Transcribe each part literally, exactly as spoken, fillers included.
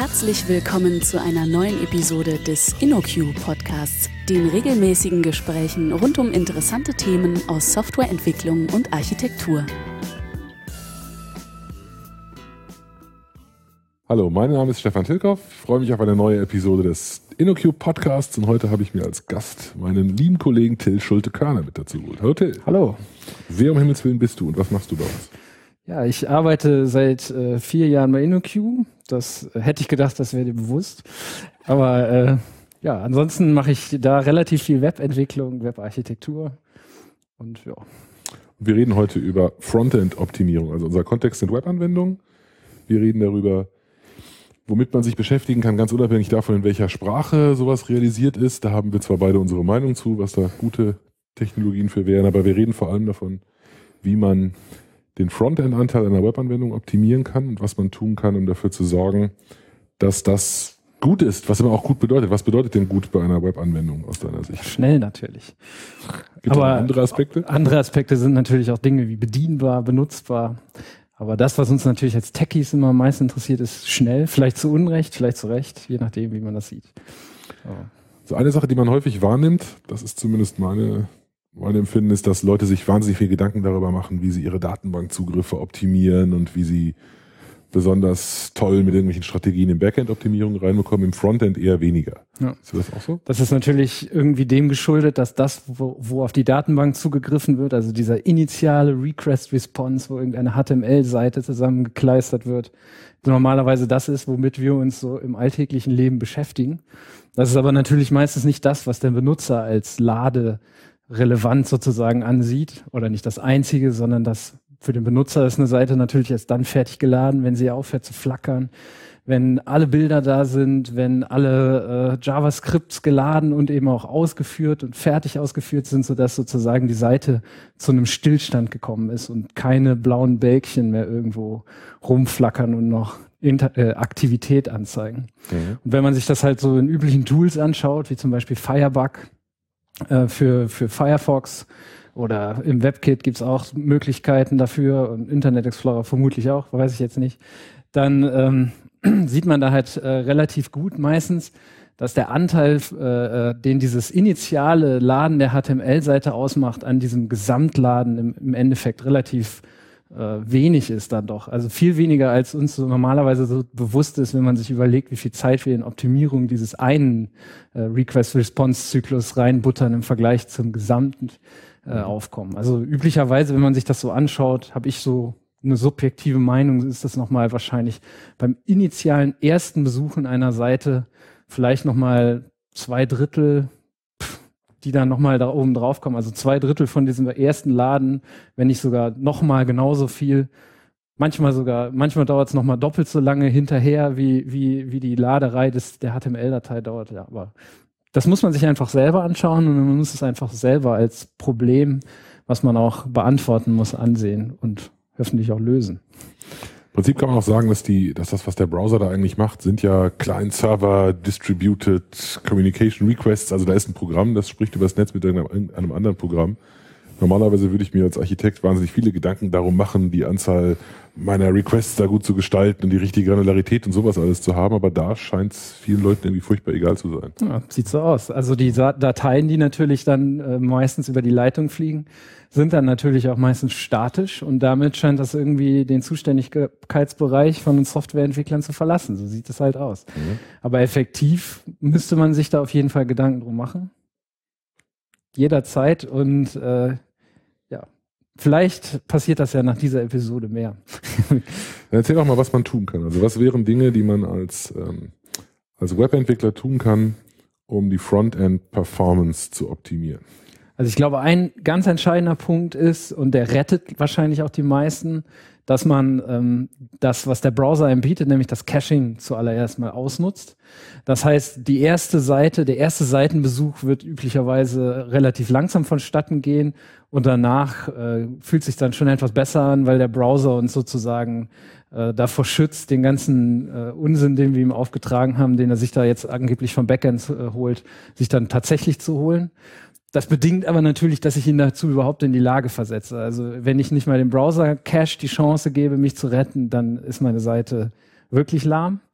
Herzlich willkommen zu einer neuen Episode des InnoQ Podcasts, den regelmäßigen Gesprächen rund um interessante Themen aus Softwareentwicklung und Architektur. Hallo, mein Name ist Stefan Tilkoff. Ich freue mich auf eine neue Episode des InnoQ Podcasts und heute habe ich mir als Gast meinen lieben Kollegen Till Schulte-Körner mit dazu geholt. Hallo Till. Hallo. Wer um Himmels Willen bist du und was machst du bei uns? Ja, ich arbeite seit äh, vier Jahren bei InnoQ. Das äh, hätte ich gedacht, das wäre dir bewusst. Aber äh, ja, ansonsten mache ich da relativ viel Webentwicklung, Webarchitektur und ja. Wir reden heute über Frontend-Optimierung. Also unser Kontext sind Webanwendungen. Wir reden darüber, womit man sich beschäftigen kann, ganz unabhängig davon, in welcher Sprache sowas realisiert ist. Da haben wir zwar beide unsere Meinung zu, was da gute Technologien für wären, aber wir reden vor allem davon, wie man den Frontend-Anteil einer Webanwendung optimieren kann und was man tun kann, um dafür zu sorgen, dass das gut ist, was immer auch gut bedeutet. Was bedeutet denn gut bei einer Webanwendung aus deiner Sicht? Schnell natürlich. Gibt es aber andere Aspekte? Andere Aspekte sind natürlich auch Dinge wie bedienbar, benutzbar. Aber das, was uns natürlich als Techies immer am meisten interessiert, ist schnell, vielleicht zu Unrecht, vielleicht zu Recht, je nachdem, wie man das sieht. Aber so eine Sache, die man häufig wahrnimmt, das ist zumindest meine, mein Empfinden, ist, dass Leute sich wahnsinnig viel Gedanken darüber machen, wie sie ihre Datenbankzugriffe optimieren und wie sie besonders toll mit irgendwelchen Strategien im Backend-Optimierung reinbekommen, im Frontend eher weniger. Ja. Ist das auch so? Das ist natürlich irgendwie dem geschuldet, dass das, wo, wo auf die Datenbank zugegriffen wird, also dieser initiale Request-Response, wo irgendeine H T M L-Seite zusammengekleistert wird, normalerweise das ist, womit wir uns so im alltäglichen Leben beschäftigen. Das ist aber natürlich meistens nicht das, was der Benutzer als laderelevant sozusagen ansieht oder nicht das Einzige, sondern das für den Benutzer ist eine Seite natürlich erst dann fertig geladen, wenn sie aufhört zu flackern, wenn alle Bilder da sind, wenn alle äh, JavaScripts geladen und eben auch ausgeführt und fertig ausgeführt sind, sodass sozusagen die Seite zu einem Stillstand gekommen ist und keine blauen Bälkchen mehr irgendwo rumflackern und noch Inter- äh, Aktivität anzeigen. Mhm. Und wenn man sich das halt so in üblichen Tools anschaut, wie zum Beispiel Firebug äh, für, für Firefox, oder im WebKit gibt's auch Möglichkeiten dafür und Internet Explorer vermutlich auch, weiß ich jetzt nicht. Dann ähm, sieht man da halt äh, relativ gut meistens, dass der Anteil, äh, den dieses initiale Laden der H T M L-Seite ausmacht, an diesem Gesamtladen im, im Endeffekt relativ äh, wenig ist dann doch. Also viel weniger, als uns so normalerweise so bewusst ist, wenn man sich überlegt, wie viel Zeit wir in Optimierung dieses einen äh, Request-Response-Zyklus reinbuttern im Vergleich zum gesamten Äh, aufkommen. Also üblicherweise, wenn man sich das so anschaut, habe ich so eine subjektive Meinung, ist das nochmal wahrscheinlich beim initialen ersten Besuchen einer Seite vielleicht nochmal zwei Drittel, pff, die dann nochmal da oben drauf kommen. Also zwei Drittel von diesem ersten Laden, wenn nicht sogar nochmal genauso viel. Manchmal sogar, manchmal dauert es nochmal doppelt so lange hinterher, wie, wie, wie die Laderei des, der H T M L-Datei dauert. Ja, aber das muss man sich einfach selber anschauen und man muss es einfach selber als Problem, was man auch beantworten muss, ansehen und hoffentlich auch lösen. Im Prinzip kann man auch sagen, dass die, dass das, was der Browser da eigentlich macht, sind ja Client-Server Distributed Communication Requests. Also da ist ein Programm, das spricht über das Netz mit irgendeinem anderen Programm. Normalerweise würde ich mir als Architekt wahnsinnig viele Gedanken darum machen, die Anzahl meiner Requests da gut zu gestalten und die richtige Granularität und sowas alles zu haben, aber da scheint es vielen Leuten irgendwie furchtbar egal zu sein. Ja, sieht so aus. Also die Sa- Dateien, die natürlich dann äh, meistens über die Leitung fliegen, sind dann natürlich auch meistens statisch und damit scheint das irgendwie den Zuständigkeitsbereich von den Softwareentwicklern zu verlassen. So sieht es halt aus. Mhm. Aber effektiv müsste man sich da auf jeden Fall Gedanken drum machen. Jederzeit und äh, ja, vielleicht passiert das ja nach dieser Episode mehr. Dann erzähl doch mal, was man tun kann. Also was wären Dinge, die man als, ähm, als Webentwickler tun kann, um die Frontend-Performance zu optimieren? Also ich glaube, ein ganz entscheidender Punkt ist, und der rettet wahrscheinlich auch die meisten, dass man ähm, das, was der Browser einem bietet, nämlich das Caching zuallererst mal ausnutzt. Das heißt, die erste Seite, der erste Seitenbesuch wird üblicherweise relativ langsam vonstatten gehen und danach äh, fühlt sich dann schon etwas besser an, weil der Browser uns sozusagen äh, davor schützt, den ganzen äh, Unsinn, den wir ihm aufgetragen haben, den er sich da jetzt angeblich vom Backend äh, holt, sich dann tatsächlich zu holen. Das bedingt aber natürlich, dass ich ihn dazu überhaupt in die Lage versetze. Also wenn ich nicht mal dem Browser-Cache die Chance gebe, mich zu retten, dann ist meine Seite wirklich lahm.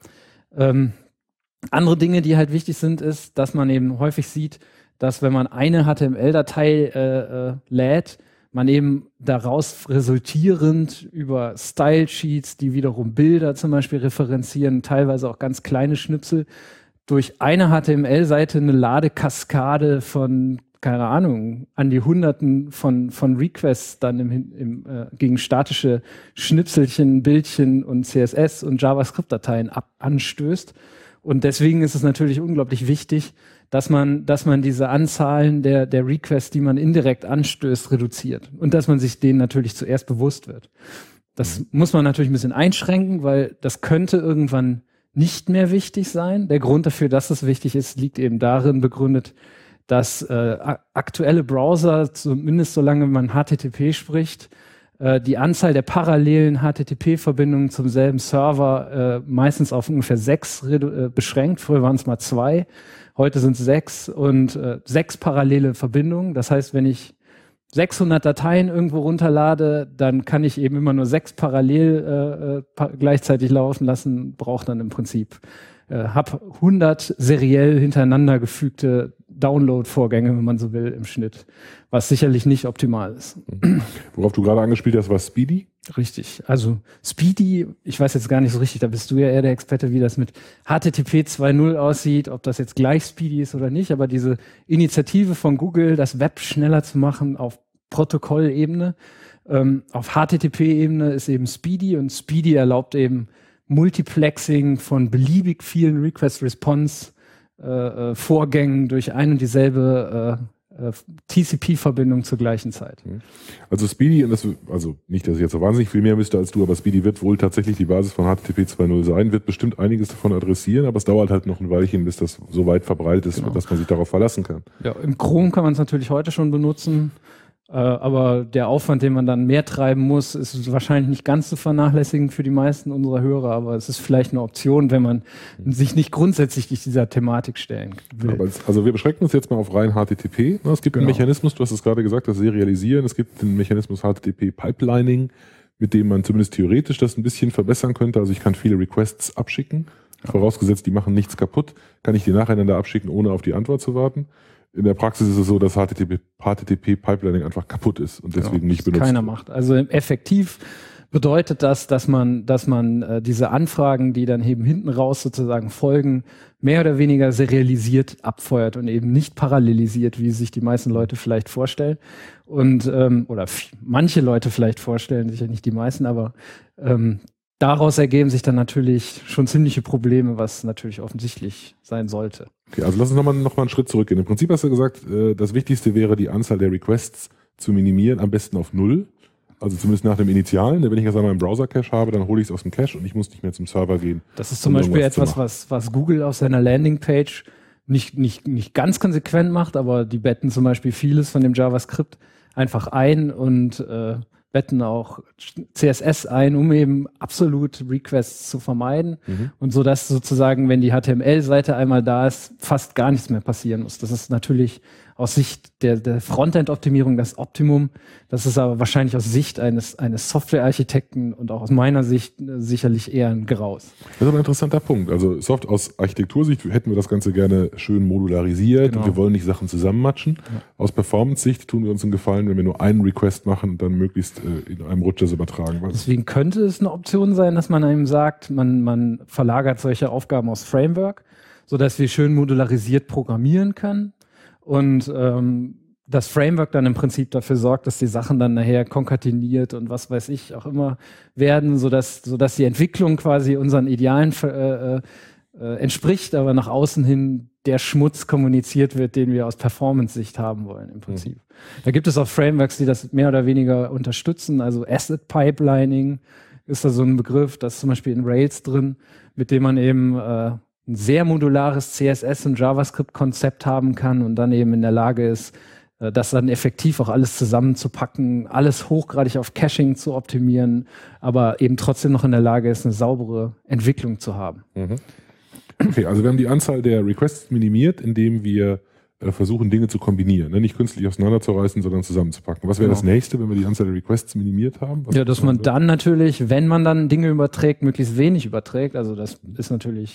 Ähm, andere Dinge, die halt wichtig sind, ist, dass man eben häufig sieht, dass wenn man eine H T M L-Datei äh, äh, lädt, man eben daraus resultierend über Style-Sheets, die wiederum Bilder zum Beispiel referenzieren, teilweise auch ganz kleine Schnipsel, durch eine H T M L-Seite eine Ladekaskade von, keine Ahnung, an die Hunderten von, von Requests dann im, im, äh, gegen statische Schnipselchen, Bildchen und C S S und JavaScript-Dateien ab, anstößt. Und deswegen ist es natürlich unglaublich wichtig, dass man, dass man diese Anzahlen der, der Requests, die man indirekt anstößt, reduziert. Und dass man sich denen natürlich zuerst bewusst wird. Das mhm. muss man natürlich ein bisschen einschränken, weil das könnte irgendwann nicht mehr wichtig sein. Der Grund dafür, dass es wichtig ist, liegt eben darin begründet, dass äh, aktuelle Browser, zumindest solange man H T T P spricht, äh, die Anzahl der parallelen H T T P-Verbindungen zum selben Server äh, meistens auf ungefähr sechs äh, beschränkt. Früher waren es mal zwei. Heute sind es sechs und äh, sechs parallele Verbindungen. Das heißt, wenn ich sechshundert Dateien irgendwo runterlade, dann kann ich eben immer nur sechs parallel äh, pa- gleichzeitig laufen lassen, brauche dann im Prinzip, äh, habe hundert seriell hintereinander gefügte Download-Vorgänge, wenn man so will, im Schnitt, was sicherlich nicht optimal ist. Worauf du gerade angespielt hast, war Speedy? Richtig. Also Speedy, ich weiß jetzt gar nicht so richtig, da bist du ja eher der Experte, wie das mit H T T P zwei Punkt null aussieht, ob das jetzt gleich Speedy ist oder nicht, aber diese Initiative von Google, das Web schneller zu machen auf Protokollebene, ähm, auf H T T P-Ebene ist eben Speedy und Speedy erlaubt eben Multiplexing von beliebig vielen Request-Response Äh, äh, Vorgängen durch ein und dieselbe äh, äh, T C P-Verbindung zur gleichen Zeit. Also Speedy, und das, also nicht, dass ich jetzt so wahnsinnig viel mehr müsste als du, aber Speedy wird wohl tatsächlich die Basis von H T T P zwei Punkt null sein, wird bestimmt einiges davon adressieren, aber es dauert halt noch ein Weilchen, bis das so weit verbreitet ist, genau, dass man sich darauf verlassen kann. Ja, im Chrome kann man es natürlich heute schon benutzen. Äh, aber der Aufwand, den man dann mehr treiben muss, ist wahrscheinlich nicht ganz zu vernachlässigen für die meisten unserer Hörer, aber es ist vielleicht eine Option, wenn man sich nicht grundsätzlich dieser Thematik stellen will. Aber es, also wir beschränken uns jetzt mal auf rein H T T P. Es gibt genau. einen Mechanismus, du hast es gerade gesagt, das Serialisieren. Es gibt den Mechanismus H T T P Pipelining, mit dem man zumindest theoretisch das ein bisschen verbessern könnte. Also ich kann viele Requests abschicken, ja. vorausgesetzt, die machen nichts kaputt, kann ich die nacheinander abschicken, ohne auf die Antwort zu warten. In der Praxis ist es so, dass H T T P-Pipelining einfach kaputt ist und deswegen genau, nicht benutzt keiner macht. Also effektiv bedeutet das, dass man, dass man äh, diese Anfragen, die dann eben hinten raus sozusagen folgen, mehr oder weniger serialisiert abfeuert und eben nicht parallelisiert, wie sich die meisten Leute vielleicht vorstellen. Und ähm, oder f- manche Leute vielleicht vorstellen, sicher nicht die meisten, aber ähm, daraus ergeben sich dann natürlich schon ziemliche Probleme, was natürlich offensichtlich sein sollte. Okay, also lass uns nochmal noch mal einen Schritt zurückgehen. Im Prinzip hast du gesagt, das Wichtigste wäre, die Anzahl der Requests zu minimieren, am besten auf null. Also zumindest nach dem Initialen. Wenn ich jetzt einmal einen Browser-Cache habe, dann hole ich es aus dem Cache und ich muss nicht mehr zum Server gehen. Das ist zum um Beispiel etwas, was, was Google auf seiner Landingpage nicht, nicht, nicht ganz konsequent macht, aber die betten zum Beispiel vieles von dem JavaScript einfach ein und äh, betten auch C S S ein, um eben absolut Requests zu vermeiden mhm. und so, dass sozusagen, wenn die H T M L-Seite einmal da ist, fast gar nichts mehr passieren muss. Das ist natürlich aus Sicht der, der Frontend-Optimierung das Optimum. Das ist aber wahrscheinlich aus Sicht eines, eines Software-Architekten und auch aus meiner Sicht äh, sicherlich eher ein Graus. Das ist aber ein interessanter Punkt. Also Soft aus Architektursicht hätten wir das Ganze gerne schön modularisiert genau. und wir wollen nicht Sachen zusammenmatschen. Ja. Aus Performance-Sicht tun wir uns einen Gefallen, wenn wir nur einen Request machen und dann möglichst äh, in einem Rutsch das übertragen. Was Deswegen könnte es eine Option sein, dass man einem sagt, man, man verlagert solche Aufgaben aus Framework, sodass wir schön modularisiert programmieren können. Und ähm, das Framework dann im Prinzip dafür sorgt, dass die Sachen dann nachher konkateniert und was weiß ich auch immer werden, sodass, sodass die Entwicklung quasi unseren Idealen äh, äh, entspricht, aber nach außen hin der Schmutz kommuniziert wird, den wir aus Performance-Sicht haben wollen im Prinzip. Mhm. Da gibt es auch Frameworks, die das mehr oder weniger unterstützen. Also Asset Pipelining ist da so ein Begriff, das ist zum Beispiel in Rails drin, mit dem man eben äh, ein sehr modulares C S S- und JavaScript-Konzept haben kann und dann eben in der Lage ist, das dann effektiv auch alles zusammenzupacken, alles hochgradig auf Caching zu optimieren, aber eben trotzdem noch in der Lage ist, eine saubere Entwicklung zu haben. Mhm. Okay, also wir haben die Anzahl der Requests minimiert, indem wir äh, versuchen, Dinge zu kombinieren, ne? Nicht künstlich auseinanderzureißen, sondern zusammenzupacken. Was wäre genau. das Nächste, wenn wir die Anzahl der Requests minimiert haben? Was ja, dass man dann natürlich, wenn man dann Dinge überträgt, möglichst wenig überträgt. Also das ist natürlich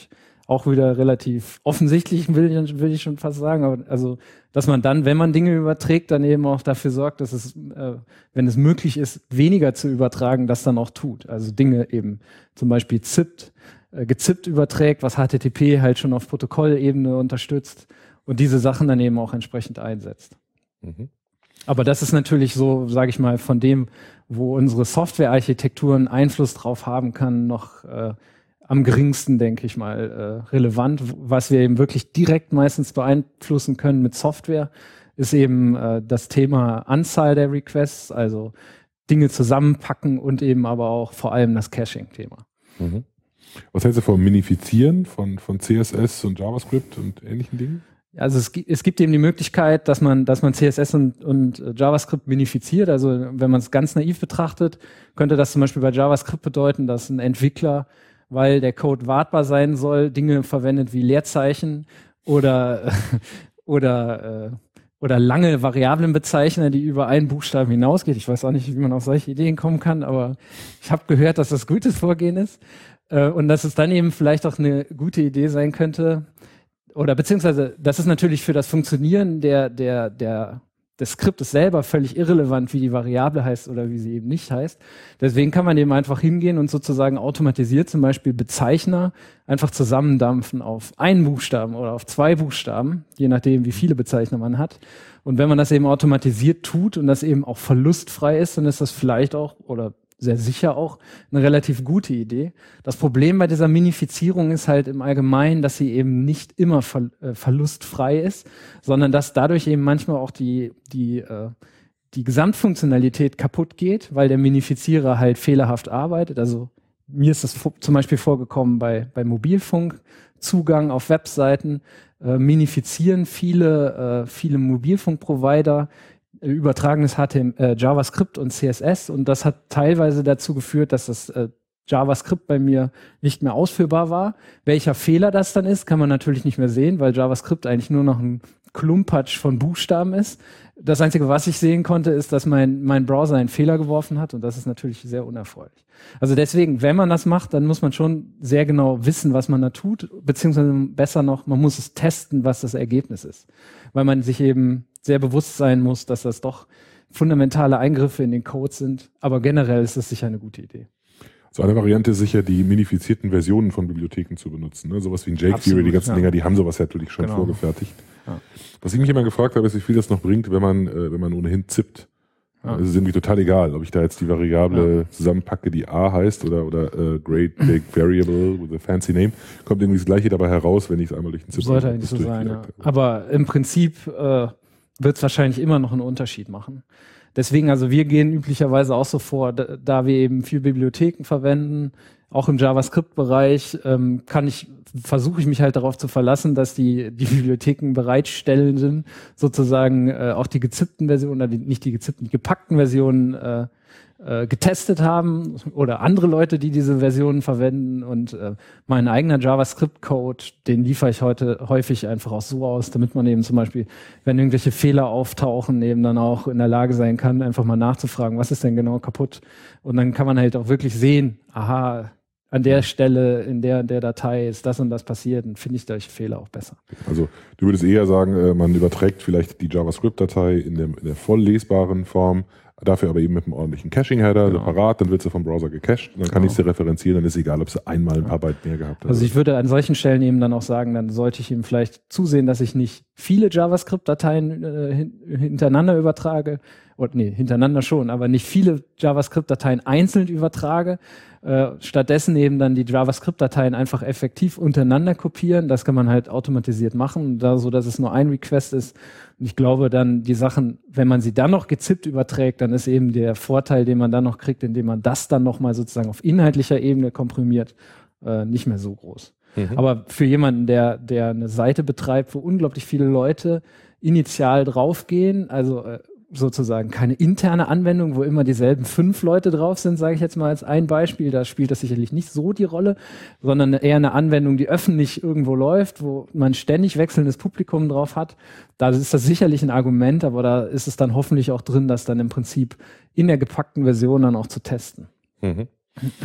auch wieder relativ offensichtlich, will ich, will ich schon fast sagen. Aber also, dass man dann, wenn man Dinge überträgt, dann eben auch dafür sorgt, dass es, äh, wenn es möglich ist, weniger zu übertragen, das dann auch tut. Also Dinge eben zum Beispiel zippt, äh, gezippt überträgt, was H T T P halt schon auf Protokollebene unterstützt und diese Sachen dann eben auch entsprechend einsetzt. Mhm. Aber das ist natürlich so, sage ich mal, von dem, wo unsere Softwarearchitektur einen Einfluss drauf haben kann, noch äh, am geringsten, denke ich mal, äh, relevant. Was wir eben wirklich direkt meistens beeinflussen können mit Software, ist eben äh, das Thema Anzahl der Requests, also Dinge zusammenpacken und eben aber auch vor allem das Caching-Thema. Mhm. Was hältst du vom Minifizieren von, von C S S und JavaScript und ähnlichen Dingen? Also es gibt, es gibt eben die Möglichkeit, dass man, dass man C S S und, und JavaScript minifiziert. Also wenn man es ganz naiv betrachtet, könnte das zum Beispiel bei JavaScript bedeuten, dass ein Entwickler, weil der Code wartbar sein soll, Dinge verwendet wie Leerzeichen oder oder äh, oder lange Variablenbezeichner, die über einen Buchstaben hinausgeht. Ich weiß auch nicht, wie man auf solche Ideen kommen kann, aber ich habe gehört, dass das gutes Vorgehen ist äh, und dass es dann eben vielleicht auch eine gute Idee sein könnte. Oder beziehungsweise, das ist natürlich für das Funktionieren der, der, der, des Skriptes selber völlig irrelevant, wie die Variable heißt oder wie sie eben nicht heißt. Deswegen kann man eben einfach hingehen und sozusagen automatisiert zum Beispiel Bezeichner einfach zusammendampfen auf einen Buchstaben oder auf zwei Buchstaben, je nachdem, wie viele Bezeichner man hat. Und wenn man das eben automatisiert tut und das eben auch verlustfrei ist, dann ist das vielleicht auch, oder sehr sicher auch eine relativ gute Idee. Das Problem bei dieser Minifizierung ist halt im Allgemeinen, dass sie eben nicht immer ver äh, verlustfrei ist, sondern dass dadurch eben manchmal auch die, die, äh, die Gesamtfunktionalität kaputt geht, weil der Minifizierer halt fehlerhaft arbeitet. Also mir ist das zum Beispiel vorgekommen bei, bei Mobilfunkzugang auf Webseiten, äh, minifizieren viele, äh, viele Mobilfunkprovider übertragenes H T M L, äh, JavaScript und C S S und das hat teilweise dazu geführt, dass das äh, JavaScript bei mir nicht mehr ausführbar war. Welcher Fehler das dann ist, kann man natürlich nicht mehr sehen, weil JavaScript eigentlich nur noch ein Klumpatsch von Buchstaben ist. Das Einzige, was ich sehen konnte, ist, dass mein, mein Browser einen Fehler geworfen hat und das ist natürlich sehr unerfreulich. Also deswegen, wenn man das macht, dann muss man schon sehr genau wissen, was man da tut, beziehungsweise besser noch, man muss es testen, was das Ergebnis ist. Weil man sich eben sehr bewusst sein muss, dass das doch fundamentale Eingriffe in den Code sind. Aber generell ist das sicher eine gute Idee. So eine Variante ist sicher, die minifizierten Versionen von Bibliotheken zu benutzen. Ne? Sowas wie ein jQuery, die ganzen ja. Dinger, die haben sowas ja natürlich schon genau. vorgefertigt. Ja. Was ich mich immer gefragt habe, ist, wie viel das noch bringt, wenn man, äh, wenn man ohnehin zippt. Ja. Es ist irgendwie total egal, ob ich da jetzt die Variable ja. zusammenpacke, die A heißt oder, oder äh, Great Big Variable with a fancy name. Kommt irgendwie das Gleiche dabei heraus, wenn ich es einmal durch den Zip sollte eigentlich so sein, ja. Aber im Prinzip äh, wird es wahrscheinlich immer noch einen Unterschied machen. Deswegen, also wir gehen üblicherweise auch so vor, da, da wir eben viel Bibliotheken verwenden, auch im JavaScript-Bereich, ähm, kann ich, versuche ich mich halt darauf zu verlassen, dass die, die Bibliotheken bereitstellenden sozusagen äh, auch die gezippten Versionen, oder die, nicht die gezippten, die gepackten Versionen äh, äh, getestet haben oder andere Leute, die diese Versionen verwenden und äh, mein eigener JavaScript-Code, den liefere ich heute häufig einfach auch so aus, damit man eben zum Beispiel, wenn irgendwelche Fehler auftauchen, eben dann auch in der Lage sein kann, einfach mal nachzufragen, was ist denn genau kaputt? Und dann kann man halt auch wirklich sehen, aha, an der Stelle, in der, in der Datei ist das und das passiert, dann finde ich solche Fehler auch besser. Also du würdest eher sagen, man überträgt vielleicht die JavaScript-Datei in der, in der voll lesbaren Form, dafür aber eben mit einem ordentlichen Caching-Header genau. separat, dann wird sie vom Browser gecached und dann kann genau. ich sie referenzieren, dann ist egal, ob sie einmal ein paar Byte mehr gehabt hat. Also ich würde an solchen Stellen eben dann auch sagen, dann sollte ich eben vielleicht zusehen, dass ich nicht viele JavaScript-Dateien äh, hintereinander übertrage, oder nee, hintereinander schon, aber nicht viele JavaScript-Dateien einzeln übertrage, äh, stattdessen eben dann die JavaScript-Dateien einfach effektiv untereinander kopieren. Das kann man halt automatisiert machen, da, so dass es nur ein Request ist. Und ich glaube dann, die Sachen, wenn man sie dann noch gezippt überträgt, dann ist eben der Vorteil, den man dann noch kriegt, indem man das dann nochmal sozusagen auf inhaltlicher Ebene komprimiert, äh, nicht mehr so groß. Mhm. Aber für jemanden, der, der eine Seite betreibt, wo unglaublich viele Leute initial draufgehen, also äh, sozusagen keine interne Anwendung, wo immer dieselben fünf Leute drauf sind, sage ich jetzt mal als ein Beispiel, da spielt das sicherlich nicht so die Rolle, sondern eher eine Anwendung, die öffentlich irgendwo läuft, wo man ständig wechselndes Publikum drauf hat. Da ist das sicherlich ein Argument, aber da ist es dann hoffentlich auch drin, das dann im Prinzip in der gepackten Version dann auch zu testen. Mhm.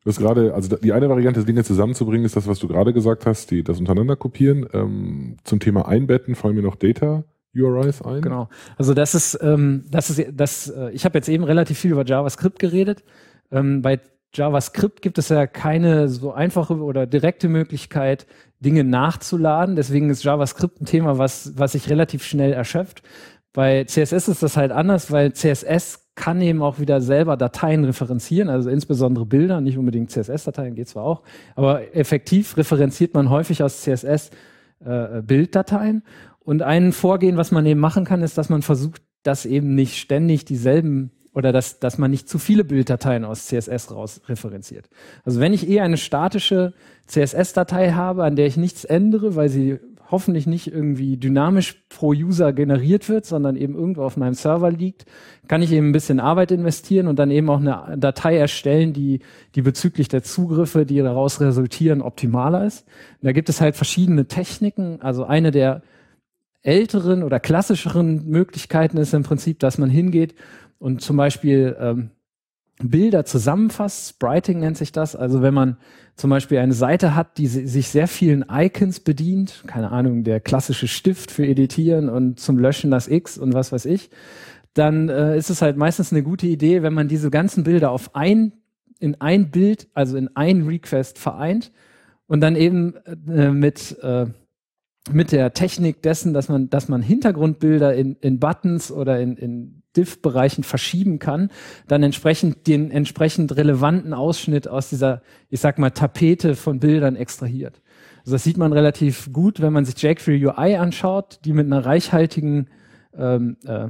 Du hast gerade, also die eine Variante, Dinge zusammenzubringen, ist das, was du gerade gesagt hast, die das untereinander kopieren. Ähm, zum Thema Einbetten fallen mir noch Data U R Is ein. Genau. Also das ist, ähm, das ist, das. Äh, ich habe jetzt eben relativ viel über JavaScript geredet. Ähm, bei JavaScript gibt es ja keine so einfache oder direkte Möglichkeit, Dinge nachzuladen. Deswegen ist JavaScript ein Thema, was, was sich relativ schnell erschöpft. Bei C S S ist das halt anders, weil C S S kann eben auch wieder selber Dateien referenzieren, also insbesondere Bilder, nicht unbedingt C S S-Dateien, geht zwar auch, aber effektiv referenziert man häufig aus C S S äh, Bilddateien. Und ein Vorgehen, was man eben machen kann, ist, dass man versucht, dass eben nicht ständig dieselben oder dass, dass man nicht zu viele Bilddateien aus C S S raus referenziert. Also wenn ich eh eine statische C S S-Datei habe, an der ich nichts ändere, weil sie hoffentlich nicht irgendwie dynamisch pro User generiert wird, sondern eben irgendwo auf meinem Server liegt, kann ich eben ein bisschen Arbeit investieren und dann eben auch eine Datei erstellen, die, die bezüglich der Zugriffe, die daraus resultieren, optimaler ist. Und da gibt es halt verschiedene Techniken. Also eine der älteren oder klassischeren Möglichkeiten ist im Prinzip, dass man hingeht und zum Beispiel ähm, Bilder zusammenfasst. Spriting nennt sich das. Also wenn man zum Beispiel eine Seite hat, die sich sehr vielen Icons bedient, keine Ahnung, der klassische Stift für Editieren und zum Löschen das X und was weiß ich, dann äh, ist es halt meistens eine gute Idee, wenn man diese ganzen Bilder auf ein, in ein Bild, also in ein Request vereint und dann eben äh, mit äh, mit der Technik dessen, dass man, dass man Hintergrundbilder in, in Buttons oder in, in Div-Bereichen verschieben kann, dann entsprechend den entsprechend relevanten Ausschnitt aus dieser, ich sag mal, Tapete von Bildern extrahiert. Also das sieht man relativ gut, wenn man sich jQuery U I anschaut, die mit einer reichhaltigen ähm, äh,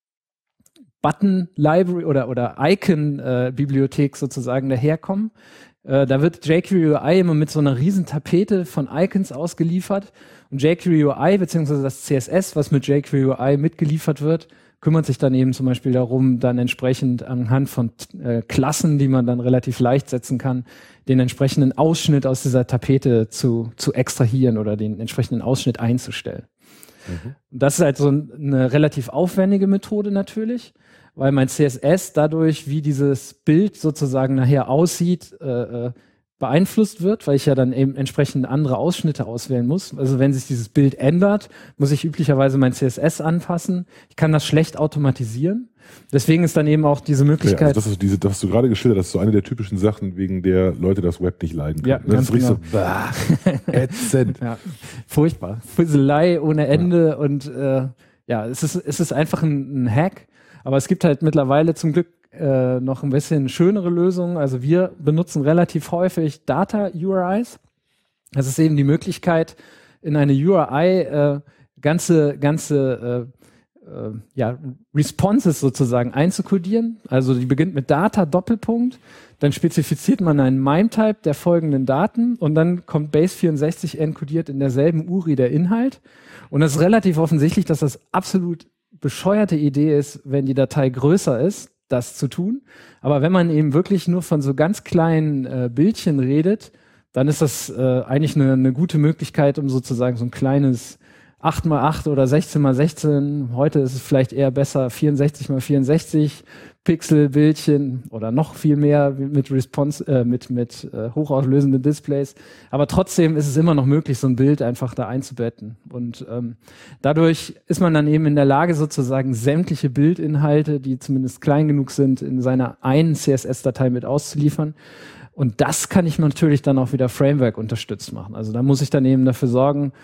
Button-Library oder, oder Icon-Bibliothek äh, sozusagen daherkommen. Äh, da wird jQuery U I immer mit so einer riesen Tapete von Icons ausgeliefert. Und jQuery U I beziehungsweise das C S S, was mit jQuery U I mitgeliefert wird, kümmert sich dann eben zum Beispiel darum, dann entsprechend anhand von äh, Klassen, die man dann relativ leicht setzen kann, den entsprechenden Ausschnitt aus dieser Tapete zu, zu extrahieren oder den entsprechenden Ausschnitt einzustellen. Mhm. Das ist halt so eine relativ aufwendige Methode natürlich, weil mein C S S dadurch, wie dieses Bild sozusagen nachher aussieht, äh, beeinflusst wird, weil ich ja dann eben entsprechend andere Ausschnitte auswählen muss. Also wenn sich dieses Bild ändert, muss ich üblicherweise mein C S S anpassen. Ich kann das schlecht automatisieren. Deswegen ist dann eben auch diese Möglichkeit. Ja, also das, ist diese, das hast du gerade geschildert, das ist so eine der typischen Sachen, wegen der Leute das Web nicht leiden können. Ja, das ist richtig genau. so ätzend. Ja, furchtbar. Fusselei ohne Ende ja. und äh, ja, es ist, es ist einfach ein, ein Hack. Aber es gibt halt mittlerweile zum Glück äh, noch ein bisschen schönere Lösungen. Also wir benutzen relativ häufig Data-U R Is. Das ist eben die Möglichkeit, in eine U R I äh, ganze, ganze äh, äh, ja, Responses sozusagen einzukodieren. Also die beginnt mit Data Doppelpunkt, dann spezifiziert man einen MIME-Type der folgenden Daten und dann kommt Base vierundsechzig enkodiert in derselben U R I der Inhalt. Und es ist relativ offensichtlich, dass das absolut bescheuerte Idee ist, wenn die Datei größer ist, das zu tun. Aber wenn man eben wirklich nur von so ganz kleinen äh, Bildchen redet, dann ist das äh, eigentlich eine, eine gute Möglichkeit, um sozusagen so ein kleines acht mal acht oder sechzehn mal sechzehn, heute ist es vielleicht eher besser vierundsechzig mal vierundsechzig Pixel Bildchen oder noch viel mehr mit Response, äh, mit mit äh, hochauflösenden Displays. Aber trotzdem ist es immer noch möglich, so ein Bild einfach da einzubetten. Und ähm, dadurch ist man dann eben in der Lage, sozusagen sämtliche Bildinhalte, die zumindest klein genug sind, in seiner einen C S S-Datei mit auszuliefern. Und das kann ich natürlich dann auch wieder Framework unterstützt machen. Also da muss ich dann eben dafür sorgen,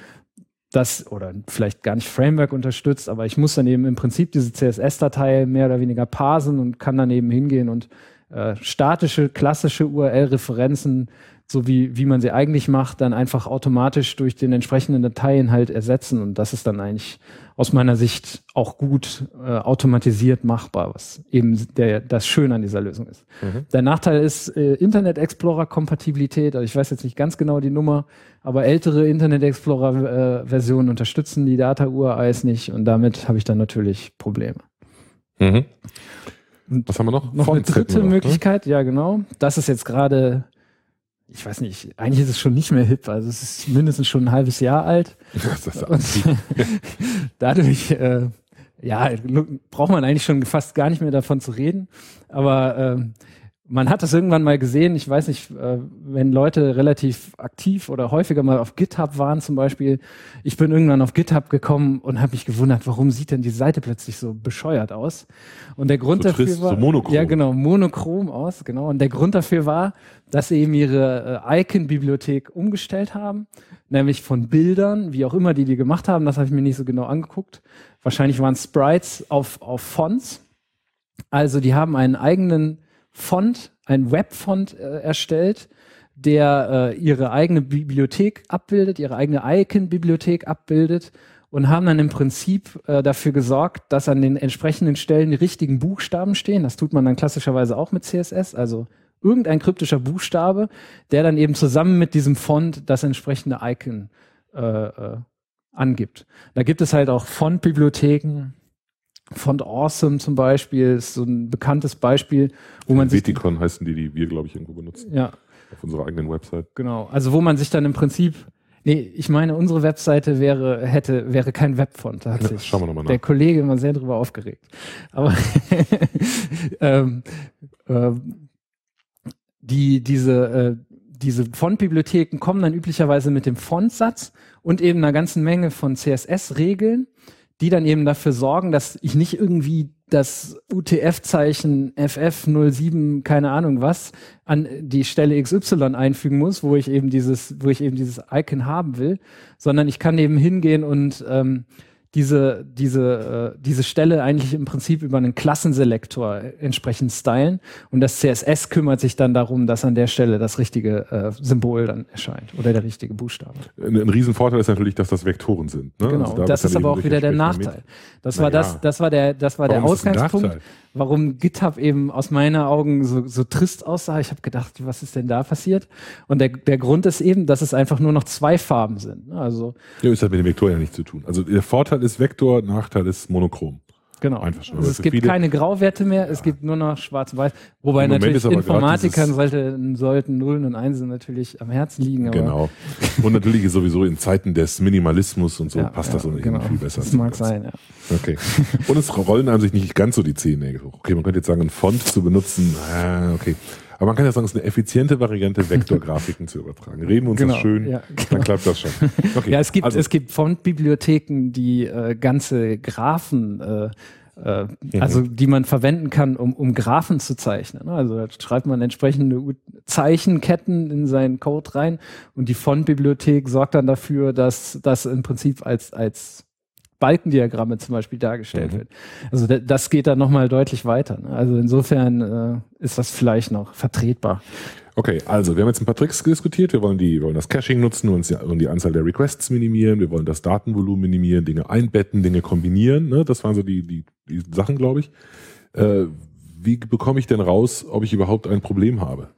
das oder vielleicht gar nicht Framework unterstützt, aber ich muss dann eben im Prinzip diese C S S-Datei mehr oder weniger parsen und kann dann eben hingehen und äh, statische, klassische U R L-Referenzen, so wie, wie man sie eigentlich macht, dann einfach automatisch durch den entsprechenden Dateiinhalt ersetzen. Und das ist dann eigentlich aus meiner Sicht auch gut äh, automatisiert machbar, was eben der, das Schöne an dieser Lösung ist. Mhm. Der Nachteil ist äh, Internet Explorer-Kompatibilität. Also ich weiß jetzt nicht ganz genau die Nummer, aber ältere Internet Explorer-Versionen äh, unterstützen die Data-U R Is nicht und damit habe ich dann natürlich Probleme. Mhm. Was haben wir noch? Noch eine dritte Möglichkeit, ne? Ja genau. Das ist jetzt gerade... Ich weiß nicht, eigentlich ist es schon nicht mehr hip, also es ist mindestens schon ein halbes Jahr alt. Das ist und dadurch, äh, ja, braucht man eigentlich schon fast gar nicht mehr davon zu reden. Aber äh, Man hat das irgendwann mal gesehen, ich weiß nicht, äh, wenn Leute relativ aktiv oder häufiger mal auf GitHub waren zum Beispiel. Ich bin irgendwann auf GitHub gekommen und habe mich gewundert, warum sieht denn die Seite plötzlich so bescheuert aus? Und der Grund so dafür trist, war... so monochrom. Ja, genau, monochrom aus, genau. Und der Grund dafür war, dass sie eben ihre äh, Icon-Bibliothek umgestellt haben, nämlich von Bildern, wie auch immer die die gemacht haben, das habe ich mir nicht so genau angeguckt. Wahrscheinlich waren Sprites auf, auf Fonts. Also die haben einen eigenen Font, ein Webfont äh, erstellt, der äh, ihre eigene Bibliothek abbildet, ihre eigene Icon-Bibliothek abbildet und haben dann im Prinzip äh, dafür gesorgt, dass an den entsprechenden Stellen die richtigen Buchstaben stehen. Das tut man dann klassischerweise auch mit C S S, also irgendein kryptischer Buchstabe, der dann eben zusammen mit diesem Font das entsprechende Icon äh, äh, angibt. Da gibt es halt auch Font-Bibliotheken. Font Awesome zum Beispiel ist so ein bekanntes Beispiel, wo man sich... Veticon heißen die, die wir, glaube ich, irgendwo benutzen. Ja. Auf unserer eigenen Website. Genau. Also wo man sich dann im Prinzip... Nee, ich meine, unsere Webseite wäre, hätte, wäre kein Webfont. Da hat ja, sich schauen wir nochmal nach. Der Kollege immer sehr drüber aufgeregt. Aber ähm, äh, die, diese, äh, diese Font-Bibliotheken kommen dann üblicherweise mit dem Fontsatz und eben einer ganzen Menge von C S S-Regeln, die dann eben dafür sorgen, dass ich nicht irgendwie das U T F-Zeichen F F null sieben, keine Ahnung was, an die Stelle X Y einfügen muss, wo ich eben dieses, wo ich eben dieses Icon haben will, sondern ich kann eben hingehen und ähm, diese, diese, äh, diese Stelle eigentlich im Prinzip über einen Klassenselektor entsprechend stylen und das C S S kümmert sich dann darum, dass an der Stelle das richtige äh, Symbol dann erscheint oder der richtige Buchstabe. Ein, ein Riesenvorteil ist natürlich, dass das Vektoren sind. Ne? Genau, also da das ist aber auch wieder der Nachteil. Nachteil. Das Na war ja. das, das war der, das war Warum der ist das ein Ausgangspunkt, Nachteil? warum GitHub eben aus meinen Augen so, so trist aussah. Ich habe gedacht, was ist denn da passiert? Und der, der Grund ist eben, dass es einfach nur noch zwei Farben sind. Also Ja, ist halt mit dem Vektor ja nichts zu tun. Also der Vorteil ist Vektor, Nachteil ist monochrom. genau. Einfach schon. Also Aber es für gibt viele- keine Grauwerte mehr, es gibt nur noch schwarz-weiß. Wobei Im Moment natürlich ist aber gerade Informatikern dieses- sollte, sollten Nullen und Einsen natürlich am Herzen liegen. Aber Genau. Und natürlich ist sowieso in Zeiten des Minimalismus und so Ja, passt ja, das ohnehin genau. viel besser. Das mag sein, ja. Okay. Und es rollen einem sich nicht ganz so die Zehennägel hoch. Okay, man könnte jetzt sagen, ein Font zu benutzen, ah, okay. Aber man kann ja sagen, es ist eine effiziente Variante, Vektorgrafiken zu übertragen. Reden wir uns Genau, das schön, ja, dann klappt das schon. Okay. Ja, es gibt, also, es gibt Font-Bibliotheken, die äh, ganze Graphen, äh, äh, Mhm. also die man verwenden kann, um, um Graphen zu zeichnen. Also da schreibt man entsprechende U- Zeichenketten in seinen Code rein und die Font-Bibliothek sorgt dann dafür, dass das im Prinzip als, als Balkendiagramme zum Beispiel dargestellt Mhm. wird. Also da, das geht dann nochmal deutlich weiter. Ne? Also insofern äh, ist das vielleicht noch vertretbar. Okay, also wir haben jetzt ein paar Tricks diskutiert. Wir wollen die, wollen das Caching nutzen, wir wollen die, wollen die Anzahl der Requests minimieren, wir wollen das Datenvolumen minimieren, Dinge einbetten, Dinge kombinieren. Ne? Das waren so die, die, die Sachen, glaube ich. Äh, wie bekomme ich denn raus, ob ich überhaupt ein Problem habe?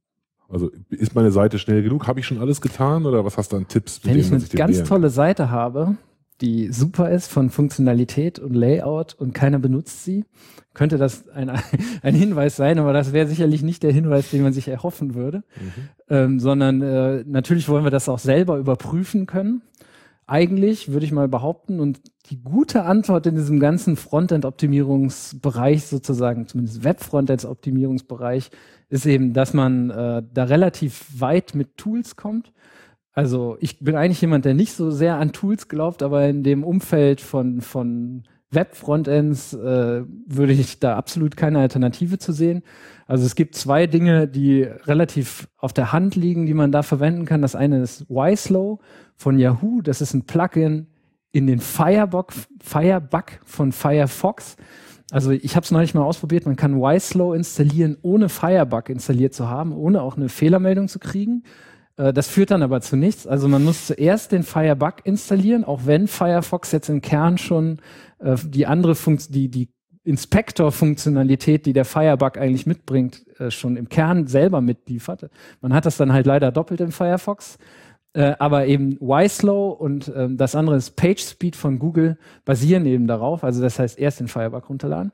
Also ist meine Seite schnell genug? Habe ich schon alles getan oder was hast du an Tipps? Wenn ich man eine sich dem ganz nähern tolle Seite habe, die super ist von Funktionalität und Layout und keiner benutzt sie, könnte das ein, ein Hinweis sein, aber das wäre sicherlich nicht der Hinweis, den man sich erhoffen würde, Mhm. ähm, sondern äh, natürlich wollen wir das auch selber überprüfen können. Eigentlich würde ich mal behaupten, und die gute Antwort in diesem ganzen Frontend-Optimierungsbereich sozusagen, zumindest Web-Frontends-Optimierungsbereich, ist eben, dass man äh, da relativ weit mit Tools kommt. Also ich bin eigentlich jemand, der nicht so sehr an Tools glaubt, aber in dem Umfeld von, von Web-Frontends äh, würde ich da absolut keine Alternative zu sehen. Also es gibt zwei Dinge, die relativ auf der Hand liegen, die man da verwenden kann. Das eine ist YSlow von Yahoo. Das ist ein Plugin in den Firebug, Firebug von Firefox. Also ich habe es neulich mal ausprobiert. Man kann YSlow installieren, ohne Firebug installiert zu haben, ohne auch eine Fehlermeldung zu kriegen. Das führt dann aber zu nichts. Also man muss zuerst den Firebug installieren, auch wenn Firefox jetzt im Kern schon äh, die andere Funktion, die, die Inspector-Funktionalität, die der Firebug eigentlich mitbringt, äh, schon im Kern selber mitliefert. Man hat das dann halt leider doppelt im Firefox. Äh, aber eben YSlow und äh, das andere ist PageSpeed von Google basieren eben darauf. Also das heißt, erst den Firebug runterladen.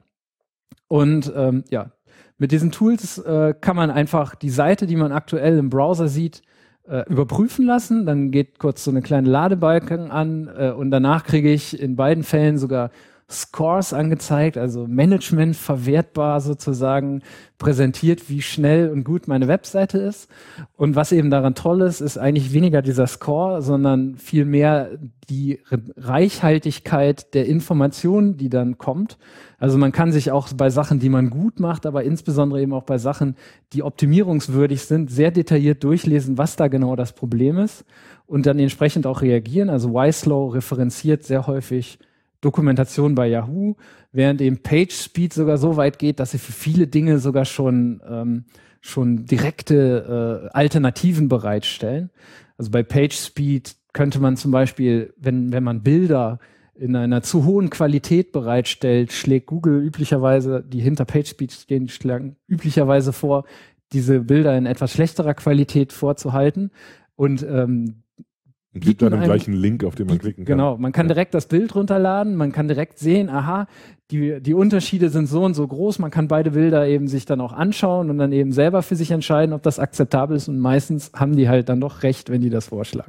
Und ähm, ja, mit diesen Tools äh, kann man einfach die Seite, die man aktuell im Browser sieht, äh, überprüfen lassen. Dann geht kurz so eine kleine Ladebalken an äh, und danach kriege ich in beiden Fällen sogar Scores angezeigt, also Management verwertbar sozusagen präsentiert, wie schnell und gut meine Webseite ist. Und was eben daran toll ist, ist eigentlich weniger dieser Score, sondern vielmehr die Reichhaltigkeit der Informationen, die dann kommt. Also man kann sich auch bei Sachen, die man gut macht, aber insbesondere eben auch bei Sachen, die optimierungswürdig sind, sehr detailliert durchlesen, was da genau das Problem ist und dann entsprechend auch reagieren. Also YSlow referenziert sehr häufig Dokumentation bei Yahoo, während eben PageSpeed sogar so weit geht, dass sie für viele Dinge sogar schon, ähm, schon direkte äh, Alternativen bereitstellen. Also bei PageSpeed könnte man zum Beispiel, wenn, wenn man Bilder in einer zu hohen Qualität bereitstellt, schlägt Google üblicherweise, die hinter PageSpeed stehen, schlagen üblicherweise vor, diese Bilder in etwas schlechterer Qualität vorzuhalten und ähm, gibt dann gleich einen Link, auf den man klicken kann. Genau, man kann direkt das Bild runterladen, man kann direkt sehen, aha, die, die Unterschiede sind so und so groß, man kann beide Bilder eben sich dann auch anschauen und dann eben selber für sich entscheiden, ob das akzeptabel ist und meistens haben die halt dann doch recht, wenn die das vorschlagen.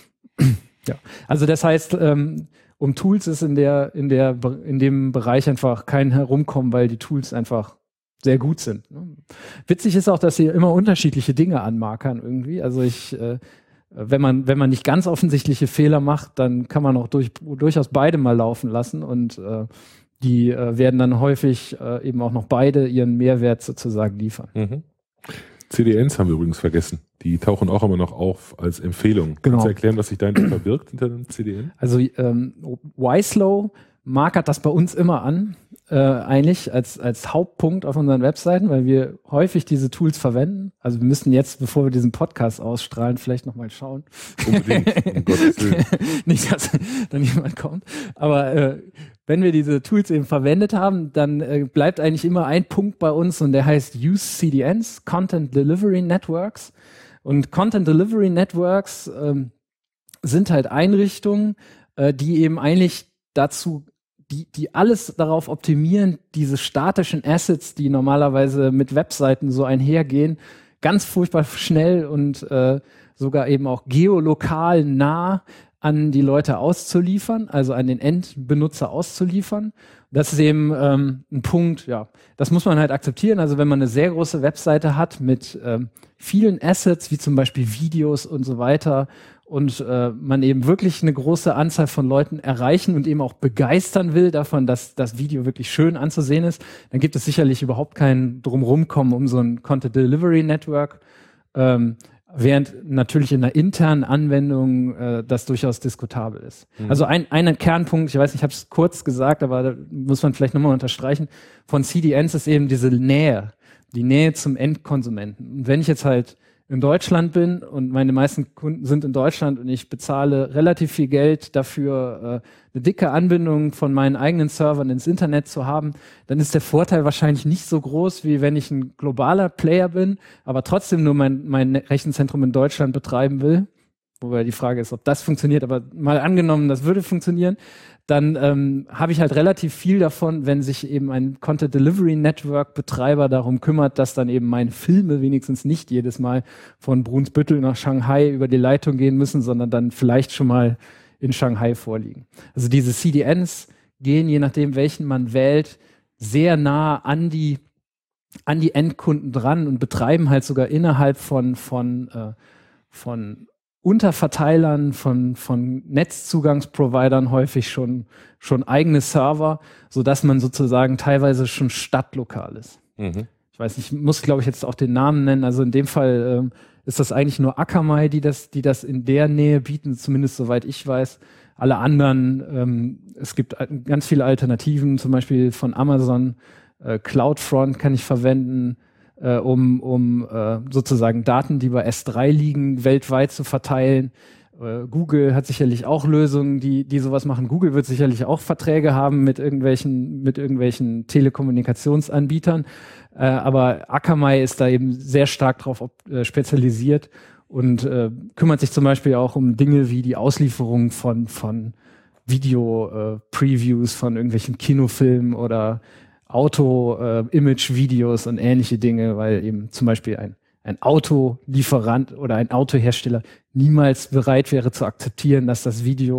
Ja, also das heißt, ähm, um Tools ist in der, in der, in dem Bereich einfach kein Herumkommen, weil die Tools einfach sehr gut sind. Witzig ist auch, dass sie immer unterschiedliche Dinge anmarkern irgendwie. Also ich, äh, wenn man, wenn man nicht ganz offensichtliche Fehler macht, dann kann man auch durch, durchaus beide mal laufen lassen und äh, die äh, werden dann häufig äh, eben auch noch beide ihren Mehrwert sozusagen liefern. Mhm. C D Ns haben wir übrigens vergessen. Die tauchen auch immer noch auf als Empfehlung. Genau. Kannst du erklären, was sich dahinter verbirgt hinter dem C D N? Also ähm, YSlow markert das bei uns immer an, äh, eigentlich als, als Hauptpunkt auf unseren Webseiten, weil wir häufig diese Tools verwenden. Also wir müssen jetzt, bevor wir diesen Podcast ausstrahlen, vielleicht nochmal schauen. Unbedingt, um Gottes Willen. Nicht, dass dann jemand kommt. Aber äh, wenn wir diese Tools eben verwendet haben, dann äh, bleibt eigentlich immer ein Punkt bei uns und der heißt Use C D Ns, Content Delivery Networks. Und Content Delivery Networks ähm, sind halt Einrichtungen, äh, die eben eigentlich dazu, die, die alles darauf optimieren, diese statischen Assets, die normalerweise mit Webseiten so einhergehen, ganz furchtbar schnell und äh, sogar eben auch geolokal nah an die Leute auszuliefern, also an den Endbenutzer auszuliefern. Das ist eben ähm, ein Punkt, ja, das muss man halt akzeptieren. Also wenn man eine sehr große Webseite hat mit ähm, vielen Assets, wie zum Beispiel Videos und so weiter, und äh, man eben wirklich eine große Anzahl von Leuten erreichen und eben auch begeistern will davon, dass das Video wirklich schön anzusehen ist, dann gibt es sicherlich überhaupt kein Drumrumkommen um so ein Content Delivery Network. Ähm, Während natürlich in einer internen Anwendung äh, das durchaus diskutabel ist. Mhm. Also ein, ein Kernpunkt, ich weiß nicht, ich habe es kurz gesagt, aber da muss man vielleicht nochmal unterstreichen, von C D Ns ist eben diese Nähe, die Nähe zum Endkonsumenten. Und wenn ich jetzt halt in Deutschland bin und meine meisten Kunden sind in Deutschland und ich bezahle relativ viel Geld dafür, äh, eine dicke Anbindung von meinen eigenen Servern ins Internet zu haben, dann ist der Vorteil wahrscheinlich nicht so groß, wie wenn ich ein globaler Player bin, aber trotzdem nur mein, mein Rechenzentrum in Deutschland betreiben will. Wobei die Frage ist, ob das funktioniert, aber mal angenommen, das würde funktionieren, dann ähm, habe ich halt relativ viel davon, wenn sich eben ein Content Delivery Network Betreiber darum kümmert, dass dann eben meine Filme wenigstens nicht jedes Mal von Brunsbüttel nach Shanghai über die Leitung gehen müssen, sondern dann vielleicht schon mal in Shanghai vorliegen. Also diese C D Ns gehen, je nachdem welchen man wählt, sehr nah an die an die Endkunden dran und betreiben halt sogar innerhalb von von äh, von Unterverteilern, von, von Netzzugangsprovidern häufig schon, schon eigene Server, sodass man sozusagen teilweise schon stadtlokal ist. Mhm. Ich weiß nicht, ich muss, glaube ich, jetzt auch den Namen nennen. Also in dem Fall ähm, ist das eigentlich nur Akamai, die das, die das in der Nähe bieten, zumindest soweit ich weiß. Alle anderen, ähm, es gibt ganz viele Alternativen, zum Beispiel von Amazon, äh, CloudFront kann ich verwenden, Äh, um, um äh, sozusagen Daten, die bei S drei liegen, weltweit zu verteilen. Äh, Google hat sicherlich auch Lösungen, die, die sowas machen. Google wird sicherlich auch Verträge haben mit irgendwelchen, mit irgendwelchen Telekommunikationsanbietern. Äh, aber Akamai ist da eben sehr stark drauf äh, spezialisiert und äh, kümmert sich zum Beispiel auch um Dinge wie die Auslieferung von, von Video-Previews äh, von irgendwelchen Kinofilmen oder Auto-Image-Videos äh, und ähnliche Dinge, weil eben zum Beispiel ein, ein Autolieferant oder ein Autohersteller niemals bereit wäre zu akzeptieren, dass das Video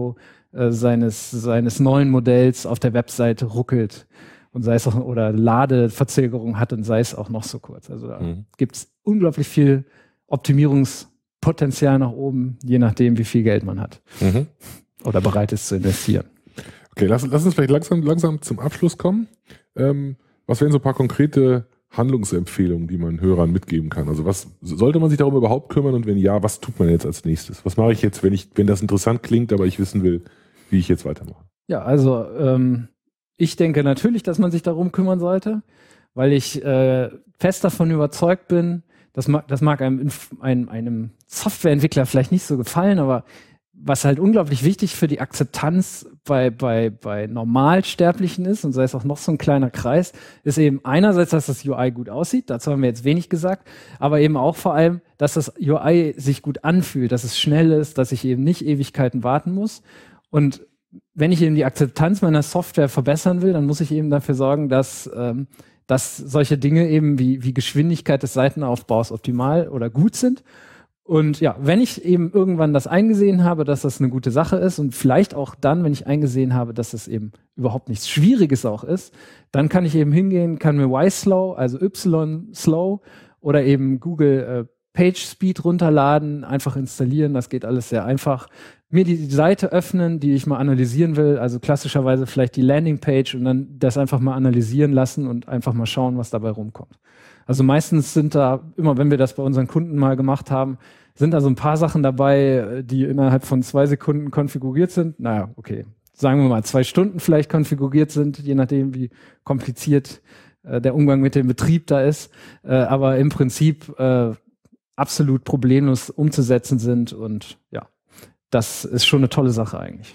äh, seines, seines neuen Modells auf der Webseite ruckelt und sei es auch, oder Ladeverzögerung hat und sei es auch noch so kurz. Also da mhm. gibt es unglaublich viel Optimierungspotenzial nach oben, je nachdem, wie viel Geld man hat mhm. oder bereit ist zu investieren. Okay, lass, lass uns vielleicht langsam, langsam zum Abschluss kommen. Ähm, was wären so ein paar konkrete Handlungsempfehlungen, die man Hörern mitgeben kann? Also was sollte man sich darum überhaupt kümmern und wenn ja, was tut man jetzt als nächstes? Was mache ich jetzt, wenn ich, wenn das interessant klingt, aber ich wissen will, wie ich jetzt weitermache? Ja, also ähm, ich denke natürlich, dass man sich darum kümmern sollte, weil ich äh, fest davon überzeugt bin, das mag, das mag einem, einem, einem Softwareentwickler vielleicht nicht so gefallen, aber was halt unglaublich wichtig für die Akzeptanz bei, bei, bei Normalsterblichen ist, und sei es auch noch so ein kleiner Kreis, ist eben einerseits, dass das U I gut aussieht, dazu haben wir jetzt wenig gesagt, aber eben auch vor allem, dass das U I sich gut anfühlt, dass es schnell ist, dass ich eben nicht Ewigkeiten warten muss. Und wenn ich eben die Akzeptanz meiner Software verbessern will, dann muss ich eben dafür sorgen, dass, ähm, dass solche Dinge eben wie, wie Geschwindigkeit des Seitenaufbaus optimal oder gut sind. Und ja, wenn ich eben irgendwann das eingesehen habe, dass das eine gute Sache ist und vielleicht auch dann, wenn ich eingesehen habe, dass es eben überhaupt nichts Schwieriges auch ist, dann kann ich eben hingehen, kann mir Y-Slow, also Y-Slow oder eben Google äh, PageSpeed runterladen, einfach installieren, das geht alles sehr einfach. Mir die Seite öffnen, die ich mal analysieren will, also klassischerweise vielleicht die Landingpage und dann das einfach mal analysieren lassen und einfach mal schauen, was dabei rumkommt. Also meistens sind da, immer wenn wir das bei unseren Kunden mal gemacht haben, sind da so ein paar Sachen dabei, die innerhalb von zwei Sekunden konfiguriert sind. Naja, okay, sagen wir mal zwei Stunden vielleicht konfiguriert sind, je nachdem, wie kompliziert äh, der Umgang mit dem Betrieb da ist. Äh, aber im Prinzip äh, absolut problemlos umzusetzen sind und ja, das ist schon eine tolle Sache eigentlich.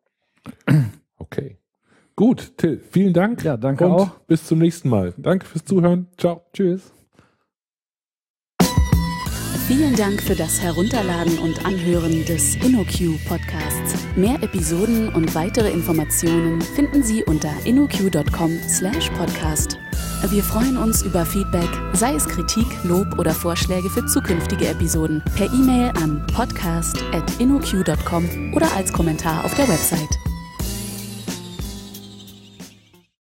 Okay. Gut, Till, vielen Dank. Ja, danke und auch. Bis zum nächsten Mal. Danke fürs Zuhören. Ciao. Tschüss. Vielen Dank für das Herunterladen und Anhören des InnoQ-Podcasts. Mehr Episoden und weitere Informationen finden Sie unter innoq punkt com slash podcast. Wir freuen uns über Feedback, sei es Kritik, Lob oder Vorschläge für zukünftige Episoden, per E-Mail an podcast at innoq punkt com oder als Kommentar auf der Website.